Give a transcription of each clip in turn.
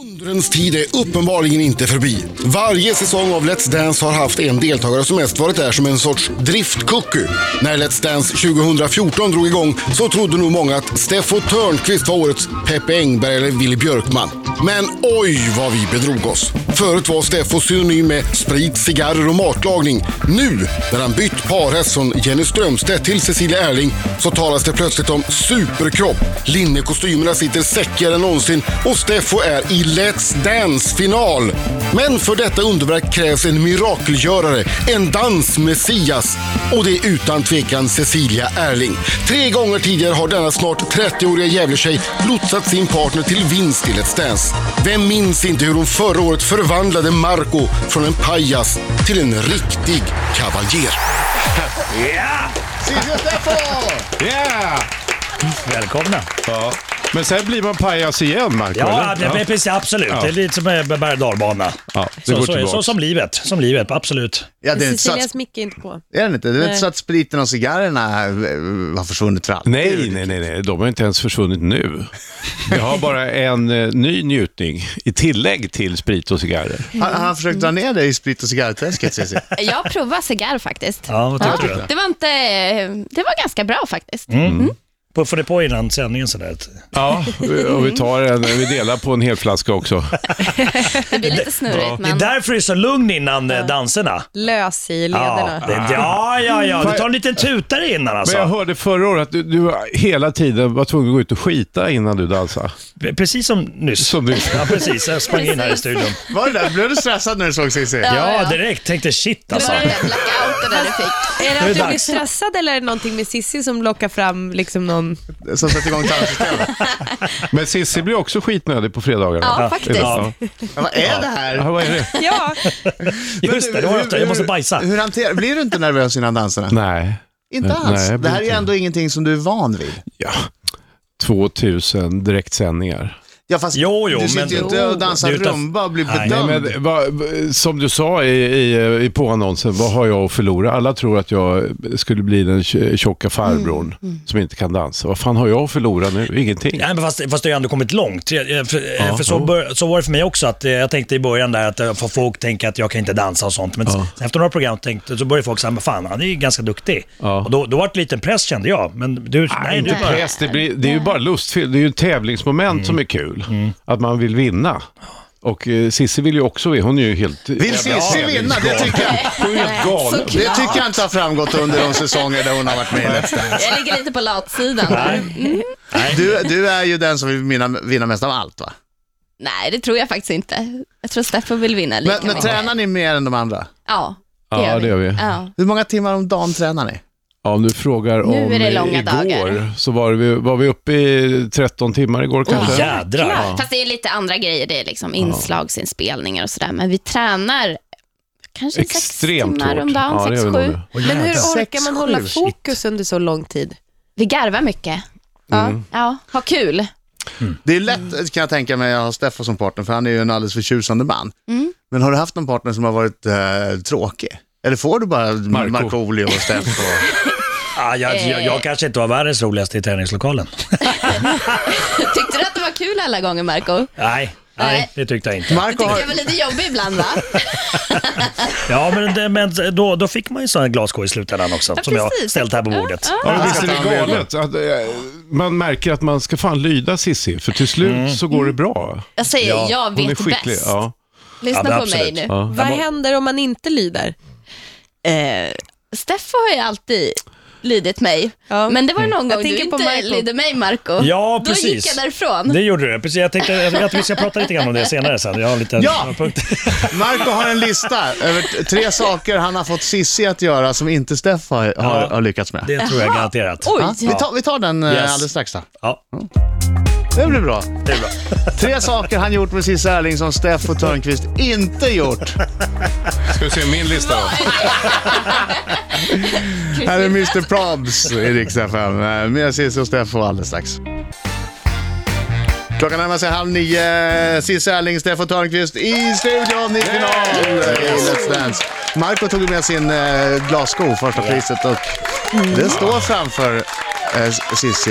Undrens tid är uppenbarligen inte förbi. Varje säsong av Let's Dance har haft en deltagare som mest varit där som en sorts driftkucku. När Let's Dance 2014 drog igång så trodde nog många att Steffo Törnqvist var årets Peppe Engberg eller Willy Björkman. Men oj vad vi bedrog oss. Förut var Steffo synonym med sprit, cigarrer och matlagning. Nu, när han bytt parhäst från Jenny Strömstedt till Cecilia Erling, så talas det plötsligt om superkropp. Linnekostymerna sitter säckigare än någonsin och Steffo är i Let's Dance-final. Men för detta underverk krävs en mirakelgörare, en dansmessias. Och det är utan tvekan Cecilia Erling. 3 gånger tidigare har denna snart 30-åriga Gävletjej lotsat sin partner till vinst i Let's Dance. Vem minns inte hur hon förra året förvandlade Marco från en pajas till en riktig kavaljer? Ja! Cecilia Steffo! Ja! Välkomna. Ja. Men sen blir man pajas igen, Marco. Ja, det är precis, absolut. Ja. Det är lite som en berg- och dalbana. Ja, så som livet, absolut. Ja, det är inte Cecilias mick är inte på. Är det inte? Det är inte så att spriten och cigarrerna har försvunnit för allt. Nej. De har inte ens försvunnit nu. Jag har bara en ny njutning i tillägg till sprit och cigarrer. Han har försökt dra ner dig i sprit- och cigarrträsket, Cecilia. Jag provar cigarr faktiskt. Ja, vad tyckte du? Det var ganska bra faktiskt. Puffade på innan sändningen sådär. Ja, och vi delar på en hel flaska också. Det blir lite snurrigt. Det är Men... därför det är så lugn innan danserna. Lös i lederna. Ja. Du tar en liten tutare innan alltså. Men jag hörde förra året att du hela tiden var tvungen att gå ut och skita innan du dansade. Precis som nyss. Ja, precis. Jag sprang in här i studion. Var det där? Blev du stressad när du såg Cecilia? Ja, direkt. Tänkte shit alltså. Det var den blackouten där du fick. Är det att du blir stressad eller är det någonting med Sissi som lockar fram liksom någon... Som sätter igång tarmsystemet. Men Sissi blir också skitnödig på fredagarna. Ja, faktiskt. Ja. Vad är det här? Ja, vad är det? Ja, Just det, jag måste bajsa. Blir du inte nervös innan danserna? Nej. Inte alls? Nej, det här är ju ändå ingenting som du är van vid. Ja, 2000 direktsändningar. Ja, fast Jo, du sitter ju inte och dansar rumba och blir bedömd. Nej, men som du sa i påannonsen, vad har jag att förlora? Alla tror att jag skulle bli den tjocka farbrorn som inte kan dansa. Vad fan har jag att förlora nu? Ingenting. Nej, men fast det har ju ändå kommit långt. För så var det för mig också. Att jag tänkte i början där att folk tänker att jag kan inte dansa och sånt. Men efter några program så började folk säga, men fan, han är ju ganska duktig. Och då var det lite press, kände jag. Men du bara... Press, det är ju bara lustfyllt. Det är ju en tävlingsmoment som är kul. Att man vill vinna. Och Sissi vill ju också vinna. Hon är ju helt... Vill Sissi vinna? Det tycker jag. Hon är helt galen. Det tycker jag inte har framgått under de säsonger där hon har varit med i Let's Dance. Jag ligger lite på latsidan där. Du är ju den som vill vinna mest av allt, va? Nej, det tror jag faktiskt inte. Jag tror Steffo vill vinna lika Men tränar ni mer än de andra? Ja, det gör vi. Ja. Hur många timmar om dagen tränar ni? Ja, om du frågar om är det långa igår dagar. så var vi uppe i 13 timmar igår kanske. Jädrar. Ja. Fast det är lite andra grejer. Det är liksom inslagsinspelningar och sådär. Men vi tränar kanske extremt 6 timmar om hårt. dagen, Ja, det gör vi 6-7. nog. men hur orkar man 6-7? hålla fokus under så lång tid? Vi garvar mycket. Ja, ha kul. Det är lätt, kan jag tänka mig, att ha Steffo som partner, för han är ju en alldeles förtjusande man. Men har du haft någon partner som har varit tråkig? Eller får du bara Markoolio och Steffo? Jag kanske inte var världens roligaste i träningslokalen. Tyckte du att det var kul alla gånger, Marco? Nej, det tyckte jag inte. Du tyckte jag var lite jobbig ibland, va? Ja, men då fick man ju sån här glasskål i slutändan också, som jag ställt här på bordet. Ja, visst är det galet. Man märker att man ska fan lyda Sissi, för till slut så går det bra. Jag säger, jag Hon är vet skicklig. bäst. Ja. Lyssna på mig nu. Ja. Vad händer om man inte lyder? Steffo har ju alltid lydit mig. Ja. Men det var någon gång du inte lydde mig, Marco. Ja, då precis. gick jag därifrån. Det gjorde du. Precis. Jag tänkte att vi ska prata lite grann om det senare sen. Jag har lite Marco har en lista över 3 saker han har fått Sissi att göra som inte Steffo har lyckats med. Det tror jag garanterat. Oj. Vi tar den alldeles strax då. Ja. Det blir bra. Det är bra. 3 saker han gjort med Cissi Erling som Steffo Törnqvist inte gjort. Ska vi se min lista då? Här är Mr. Probs i Rix FM med Cissi och Steffo alldeles strax. Klockan närmar sig 8:30. Cissi Erling, Steffo Törnqvist i studion i final i Let's Dance. Marco tog med sin glassko första priset och det står framför Cissi.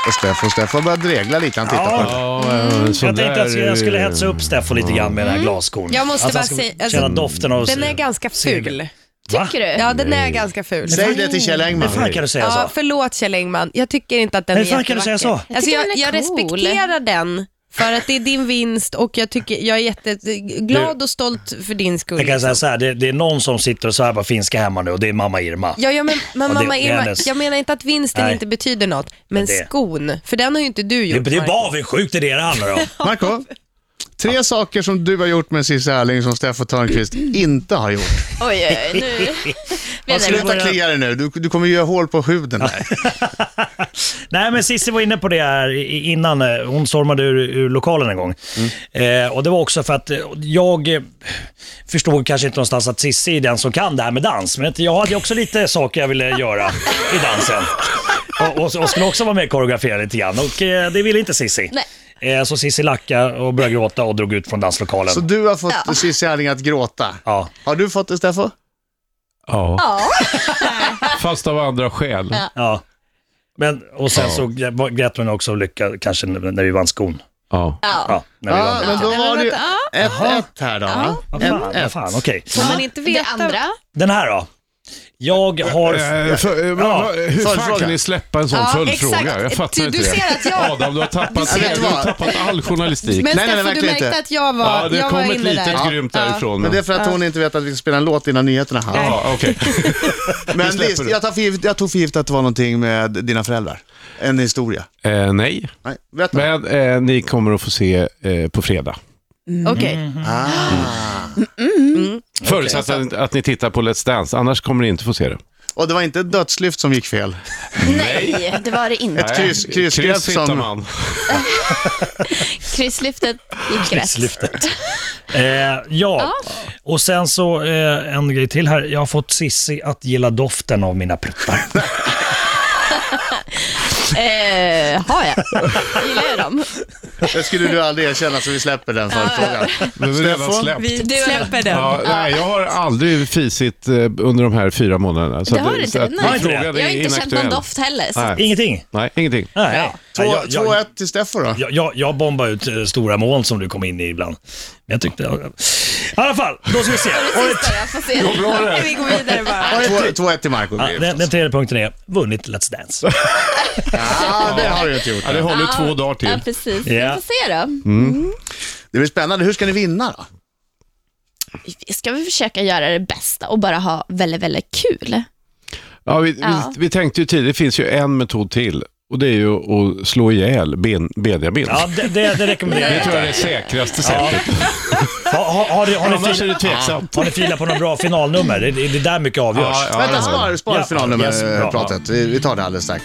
Och Steffo börjar dregla lite, han tittar på det. Jag tänkte att jag skulle hetsa upp Steffo lite grann med den här glasskon. Jag måste bara säga, känna doften av den är ganska ful. Tycker du? Ja, den är ganska ful. Säg det till Kjell Engman. Hur fan kan du säga så? Ja, förlåt Kjell Engman. Jag tycker inte att den är Hur fan kan du säga så? Alltså, jag cool. respekterar den för att det är din vinst och jag är jätteglad och stolt för din skull. Jag kan säga så här, det är någon som sitter och så här på finska hemma nu och det är mamma Irma. Ja, men mamma Irma, hennes... jag menar inte att vinsten inte betyder något, men det... skon, för den har ju inte du gjort. Det är bara avundsjukt det handlar om. Marco, 3 saker som du har gjort med Cissi Erling som Steffo Törnqvist inte har gjort. Oj, nu. Sluta klia dig nu, du kommer göra hål på huden där. Nej, men Cissi var inne på det här innan hon stormade ur lokalen en gång. Och det var också för att jag förstod kanske inte någonstans att Cissi är den som kan det här med dans. Men jag hade också lite saker jag ville göra i dansen. Och skulle också vara med och koreografera lite grann. Och det ville inte Cissi. Nej. Så Cissi lackade och började gråta och drog ut från danslokalen. Så du har fått Cissi Erling att gråta? Ja. Har du fått det, Steffo? Ja. Fast av andra skäl. Ja. Men, och sen så grät hon också lycka kanske när vi vann skon. Ja. När vi vann. Men då var det 1-1 här då. Vad fan, okej. Får man inte Det veta andra? Den här då? Jag har... Hur fan kan ni släppa en sån följdfråga? exakt. Jag fattar Du inte ser det. att jag... Adam, du har tappat all journalistik. Men Nej, Steffo, du verkligen märkte inte. att jag var, det jag kom var ett inne litet där. grymt därifrån. Men det är för att hon inte vet att vi ska spela en låt innan nyheterna här. Ja, okej. Men visst, jag tog för gift att det var någonting med dina föräldrar. En historia. Nej, Nej, berätta. men ni kommer att få se på fredag. Okej. Förutsatt att ni tittar på Let's Dance, annars kommer ni inte få se det. Och det var inte ett dödslyft som gick fel. Nej, det var det inte. Ett kryssgrepp hittar som... man. Krysslyftet gick rätt. Ja, och sen så en grej till här. Jag har fått Cissi att gilla doften av mina pruttar. Har jag. Gillar jag dem? Det skulle du aldrig erkänna, så vi släpper den frågan. Det är redan släppt. Vi släpper den. Ja, nej, jag har aldrig fisit under de här 4 månaderna. Så Det har du inte? Nej. frågan Jag har är inte känt någon inaktuell. doft heller. Så. Nej. Ingenting? Nej, ingenting. Nej. 2-1 till Steffo då. Jag bombar ut stora moln som du kom in i ibland. Men jag tyckte... I alla fall, då ska vi se. Jag får se. Vi går vidare bara. 2-1 till Marco. Den tredje punkten är vunnit Let's Dance. Ja, det har du inte gjort. Ja, det håller 2 dagar till. Ja, precis. Ja. Vi får se då. Det blir spännande. Hur ska ni vinna då? Ska vi försöka göra det bästa och bara ha väldigt, väldigt kul? Ja, vi tänkte ju tidigt, det finns ju en metod till. Och det är ju att slå ihjäl Benjamin. Ja, det rekommenderar Det jag. tror jag är det säkraste sättet. Annars är det tveksamt. Har ni filat på något bra finalnummer? Det är där mycket avgörs. Vänta, spara Yes, bra. finalnummer-pratet. Vi tar det alldeles strax.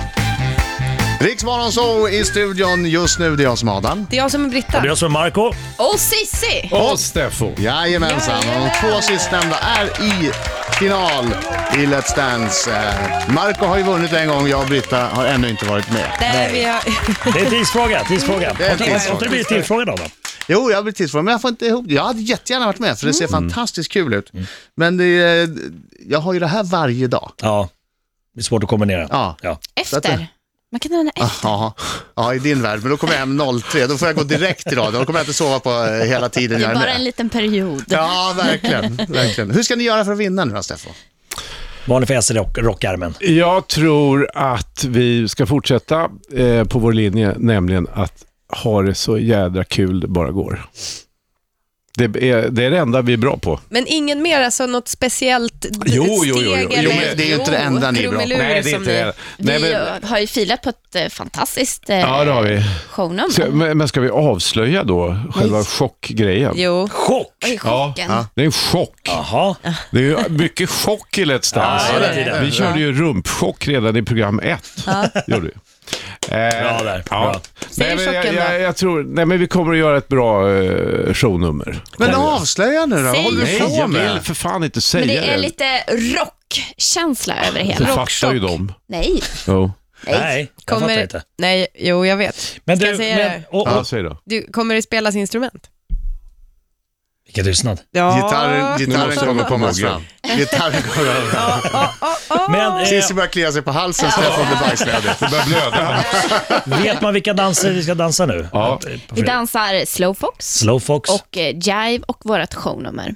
Riksmorgon så i studion just nu, det är jag som är Adam. Det är jag som är Britta. Det är jag som är Marco. Och Cissi! Och Steffo. Jajamensan, och de 2 sistnämnda är i final i Let's Dance. Marco har ju vunnit en gång, jag och Britta har ännu inte varit med. Vi har... Det är en tidsfråga. Det är en tidsfråga. Har inte det blivit tillfrågad av dem? Jo, jag har blivit tidsfrågad, men jag får inte ihop det. Jag hade jättegärna varit med, för det ser fantastiskt kul ut. Men jag har ju det här varje dag. Ja, det är svårt att kombinera. Ja. Efter. Man kan använda efter. Ja, i din värld. Men då kommer jag hem 03. Då får jag gå direkt till radion. Då kommer jag inte sova på hela tiden Det jag är är bara med. en liten period. Ja, verkligen. Hur ska ni göra för att vinna nu då, Steffo? Vad har ni för S i rockärmen? Jag tror att vi ska fortsätta på vår linje, nämligen att ha det så jädra kul det bara går. Det är det enda vi är bra på. Men ingen mer, alltså något speciellt Jo, steg Jo, men det är ju inte det enda ni är bra på. krumelur Nej, det är som inte det. Nej, Vi men, har ju filat på ett fantastiskt ja, det har vi. shownummer. Men ska vi avslöja då själva chockgrejen? Jo. Chock! Oj, chocken. Ja, det är en chock. Jaha. Det är ju mycket chock i Let's Dance. Ja, hela tiden. Vi körde ju rumpchock redan i program 1. Gjorde vi. Bra där. Bra. Säger Nej, men chocken jag tror, nej, men vi kommer att göra ett bra shownummer. Men avslöja nu då. Vad håller du Säg. på Nej, jag med? vill för fan inte Men säga det är lite rockkänsla över det hela. Det fattar ju de. Nej. Jo. Nej, jag fattar inte. Nej, jo, jag vet. Men Ska du, jag säga det? Ja, säg då. Kommer det spelas instrument? Vilken tystnad. Ja. Gitarren kommer komma fram. Gitarren kommer Men, Cissi börjar klia sig på halsen, Steffo blir bajsnödig. Det börjar blöda. vet man vilka danser vi ska dansa nu? Ja. Vi dansar slowfox Slowfox. och jive och vårt shownummer.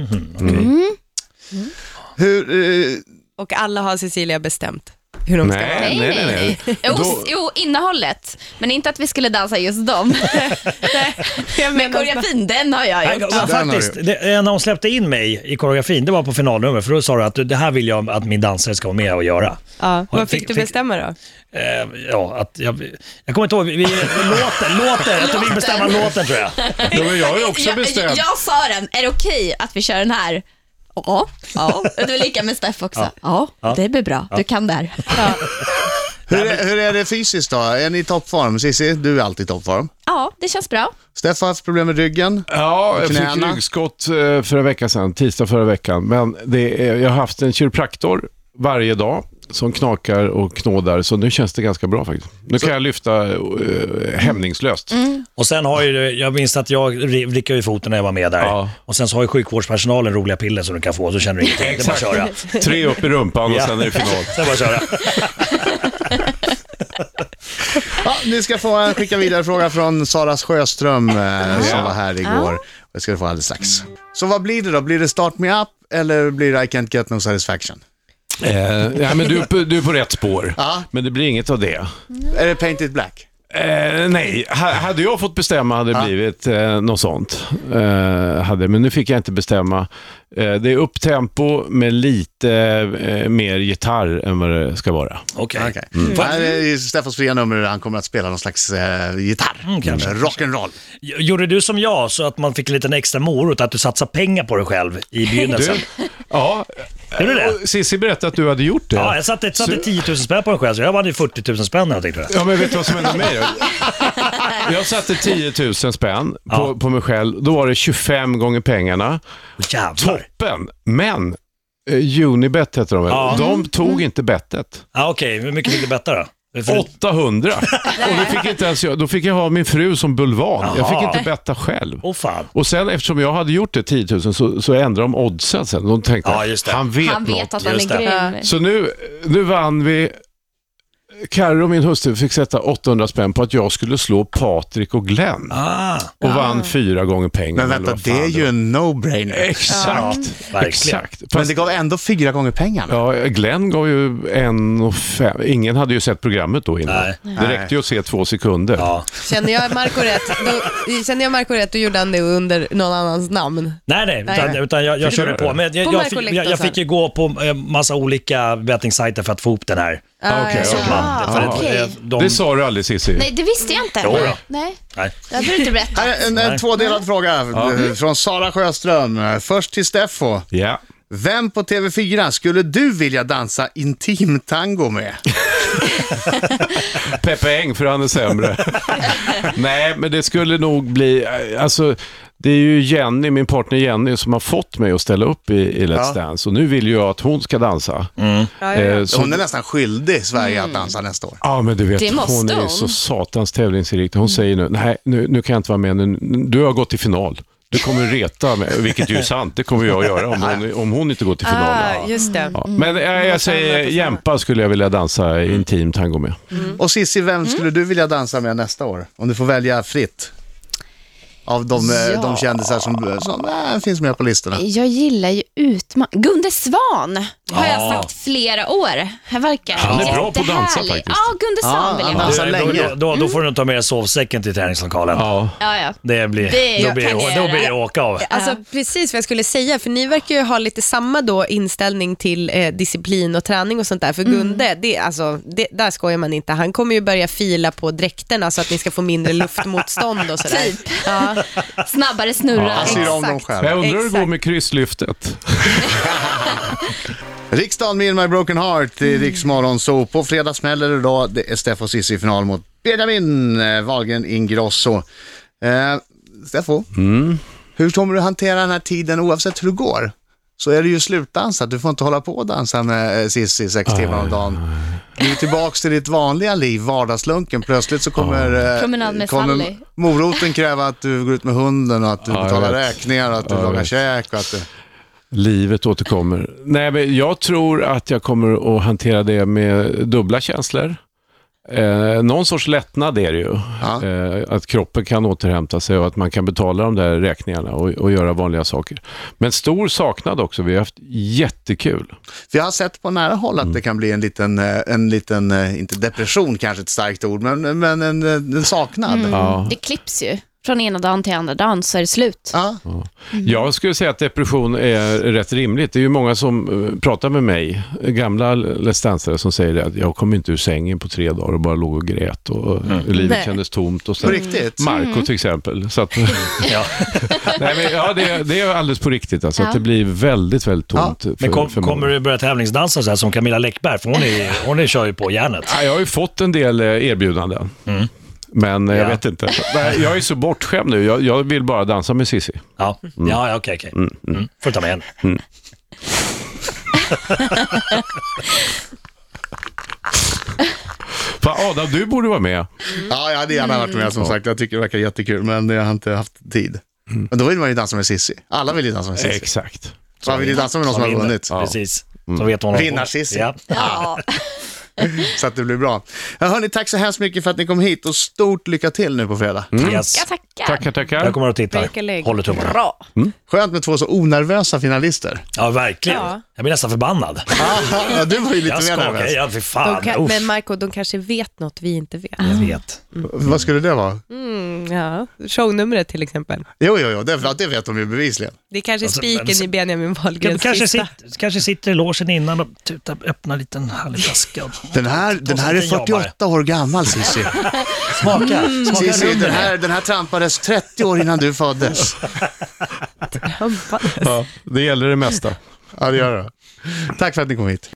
Hur... Och alla har Cecilia bestämt hur de ska vara. Nej. Jo, innehållet. Men inte att vi skulle dansa just dem. Men koreografin, den har jag gjort. Ja, faktiskt, när hon släppte in mig i koreografin, det var på finalnummer, för då sa du att det här vill jag att min dansare ska vara med och göra. Ja, vad fick du bestämma då? Ja, att jag kommer inte ihåg, låten, jag tror vi bestämmer låten, tror jag. Ja, men jag har ju också bestämt. Jag sa den, är det okej att vi kör den här? Ja. Det var lika med Steff också. Ja, det blir bra. Du kan där. Ja. Hur är det fysiskt då? Är ni i toppform? Cissi, du är alltid i toppform. Ja, det känns bra. Steff har haft problem med ryggen. Ja, jag fick ryggskott för en vecka sedan, tisdag förra veckan. Men jag har haft en kiropraktor varje dag som knakar och knådar, så nu känns det ganska bra faktiskt. Nu kan jag lyfta hämningslöst. Och sen har jag minns att jag vrickade i foten när jag var med där. Ja. Och sen så har ju sjukvårdspersonalen roliga piller som du kan få, så känner du ingenting. Det är bara att köra. 3 upp i rumpan och sen är det final. Sen bara köra. Ja, ni ska få skicka vidare fråga från Sara Sjöström som var här igår. Det ska du få alldeles strax. Så vad blir det då? Blir det Start Me Up eller blir det I Can't Get No Satisfaction? Ja, men du är på rätt spår. Men det blir inget av det. Är det Painted Black? Nej, hade jag fått bestämma hade det blivit något sånt. Men nu fick jag inte bestämma. Det är upptempo med lite mer gitarr än vad det ska vara. Okej. Här är Steffos fria nummer, han kommer att spela någon slags gitarr. Rock'n'roll. Gjorde du som jag, så att man fick en liten extra morot, att du satsar pengar på dig själv i begynnelsen? Ja. Cissi berättade att du hade gjort det. Ja, jag satte 10 000 spänn på mig själv, så jag vann ju 40 000 spänn när jag tänkte det. Ja, men vet du vad som hände med mig? Jag satte 10 000 spänn på mig själv. Då var det 25 gånger pengarna. Jävlar. Toppen. Men Unibet heter de väl. De tog inte bettet. Okej. Hur mycket fick du betta då? 800. Och då fick jag ha min fru som bulvan. Jag fick inte betta själv. Fan. Och sen eftersom jag hade gjort det 10 000 så ändrade de oddsen sen. De tänkte han vet något. Att han är grym. Så nu vann vi. Karro, min hustru, fick sätta 800 spänn på att jag skulle slå Patrik och Glenn. Och vann 4 gånger pengar. Men vänta, det är ju en no-brainer. Exakt. Exakt. Men det gav ändå 4 gånger pengarna. Ja, Glenn gav ju 1,5. Ingen hade ju sett programmet då innan. Det räckte ju att se 2 sekunder. Ja. Känner jag Marco rätt, då gjorde han det under någon annans namn. Nej, utan jag körde på. Men jag fick ju gå på massa olika bettingsajter för att få upp den här. Det sa du aldrig, Cissi. Nej, det visste jag inte. Jo då. Nej. Jag hade inte berättat. Här är en tvådelad fråga från Sara Sjöström. Först till Steffo. Ja. Vem på TV4 skulle du vilja dansa intim tango med? Peppe Eng, för han är sämre. Nej, men det skulle nog bli... Alltså, det är ju Jenny, min partner Jenny, som har fått mig att ställa upp i Let's Dance. Och nu vill jag att hon ska dansa. Så hon är nästan skyldig Sverige att dansa nästa år. Ja, men du vet, hon är så satans tävlingsinriktad. Hon säger nu kan jag inte vara med. Du har gått till final. Du kommer reta med, vilket ju är sant. Det kommer jag att göra om hon inte går till final. Just det. Ja. Men jag säger Jämpa skulle jag vilja dansa intim tango med. Och Cissi, vem skulle du vilja dansa med nästa år? Om du får välja fritt. Av de kändisar som finns med på listorna. Jag gillar ju Gunde Svan har jag sagt flera år. Han är bra på att dansa faktiskt. Ja, Gunde Svan vill jag dansa. Då får du ta med sovsäcken till träningslokalen. Ja. Då blir det åka av. Alltså precis vad jag skulle säga, för ni verkar ju ha lite samma då inställning till disciplin och träning och sånt där. För Gunde, där skojar man inte. Han kommer ju börja fila på dräkterna så att ni ska få mindre luftmotstånd och sådär. Typ. Snabbare snurra. Jag undrar hur det går med krysslyftet. Riksdagen med My Broken Heart i Riksmorgon, så på fredag smäller det då. Det är Steffo och Cissi i final mot Benjamin Wahlgren Ingrosso. Steffo, hur kommer du hantera den här tiden oavsett hur det går? så är det ju slutdansat. Du får inte hålla på och dansa med Cissi 6 timmar om dagen. Du är tillbaka till ditt vanliga liv, vardagslunken. Plötsligt så Promenad med kommer Sally. moroten kräva att du går ut med hunden och att du betalar räkningar och att du lagar käk och att du... Livet återkommer. Nej, men jag tror att jag kommer att hantera det med dubbla känslor. Någon sorts lättnad är det ju. Att kroppen kan återhämta sig och att man kan betala de där räkningarna och göra vanliga saker. Men stor saknad också. Vi har haft jättekul. För jag har sett på nära håll att det kan bli en liten inte depression kanske ett starkt ord, men en saknad. Det klipps ju. Från ena dagen till andra dagen så är det slut. Jag skulle säga att depression är rätt rimligt. Det är ju många som pratar med mig, gamla Let's Dancare, som säger att jag kom inte ur sängen på 3 dagar och bara låg och grät och livet kändes tomt. Och så. På riktigt? Marco till exempel. Så att, det är alldeles på riktigt. Alltså, att det blir väldigt, väldigt tomt. Men kommer du börja tävlingsdansa så här som Camilla Läckberg? För hon kör ju på järnet. Jag har ju fått en del erbjudanden. Men jag vet inte. Jag är så bortskämd nu. Jag vill bara dansa med Cissi. Okej. Får ta med henne. Fan, Adam, du borde vara med. Ja, jag hade gärna varit med som sagt. Jag tycker det verkar jättekul, men jag har inte haft tid. Men då vill man ju dansa med Cissi. Alla vill ju dansa med Cissi. Exakt. Man vill ju dansa med någon som har vunnit. Precis. Så vet hon. Vinnar-Cissi. Ja. Så att det blir bra. Hörni, tack så hemskt mycket för att ni kom hit och stort lycka till nu på fredag. Yes. Jag tackar. Tackar. Jag kommer att titta. Håller tummarna. Bra. Skönt med 2 så onervösa finalister. Ja, verkligen. Jag blir nästan förbannad. Ja, du var ju lite mer nervös. Ja, för fan. Men Marco, de kanske vet något vi inte vet. Jag vet. Vad skulle det vara? Shownumret till exempel. Jo, det vet de ju bevisligen. Det är kanske spiken i Benjamin Wahlgrens lista. Kanske sitter i logen innan och öppnar en liten härlig flaska. Den här är 48 år gammal, Cissi. Smaka Cissi, den här trampades 30 år innan du föddes. Det gäller det mesta. Ja, det gör det. Tack för att ni kom hit.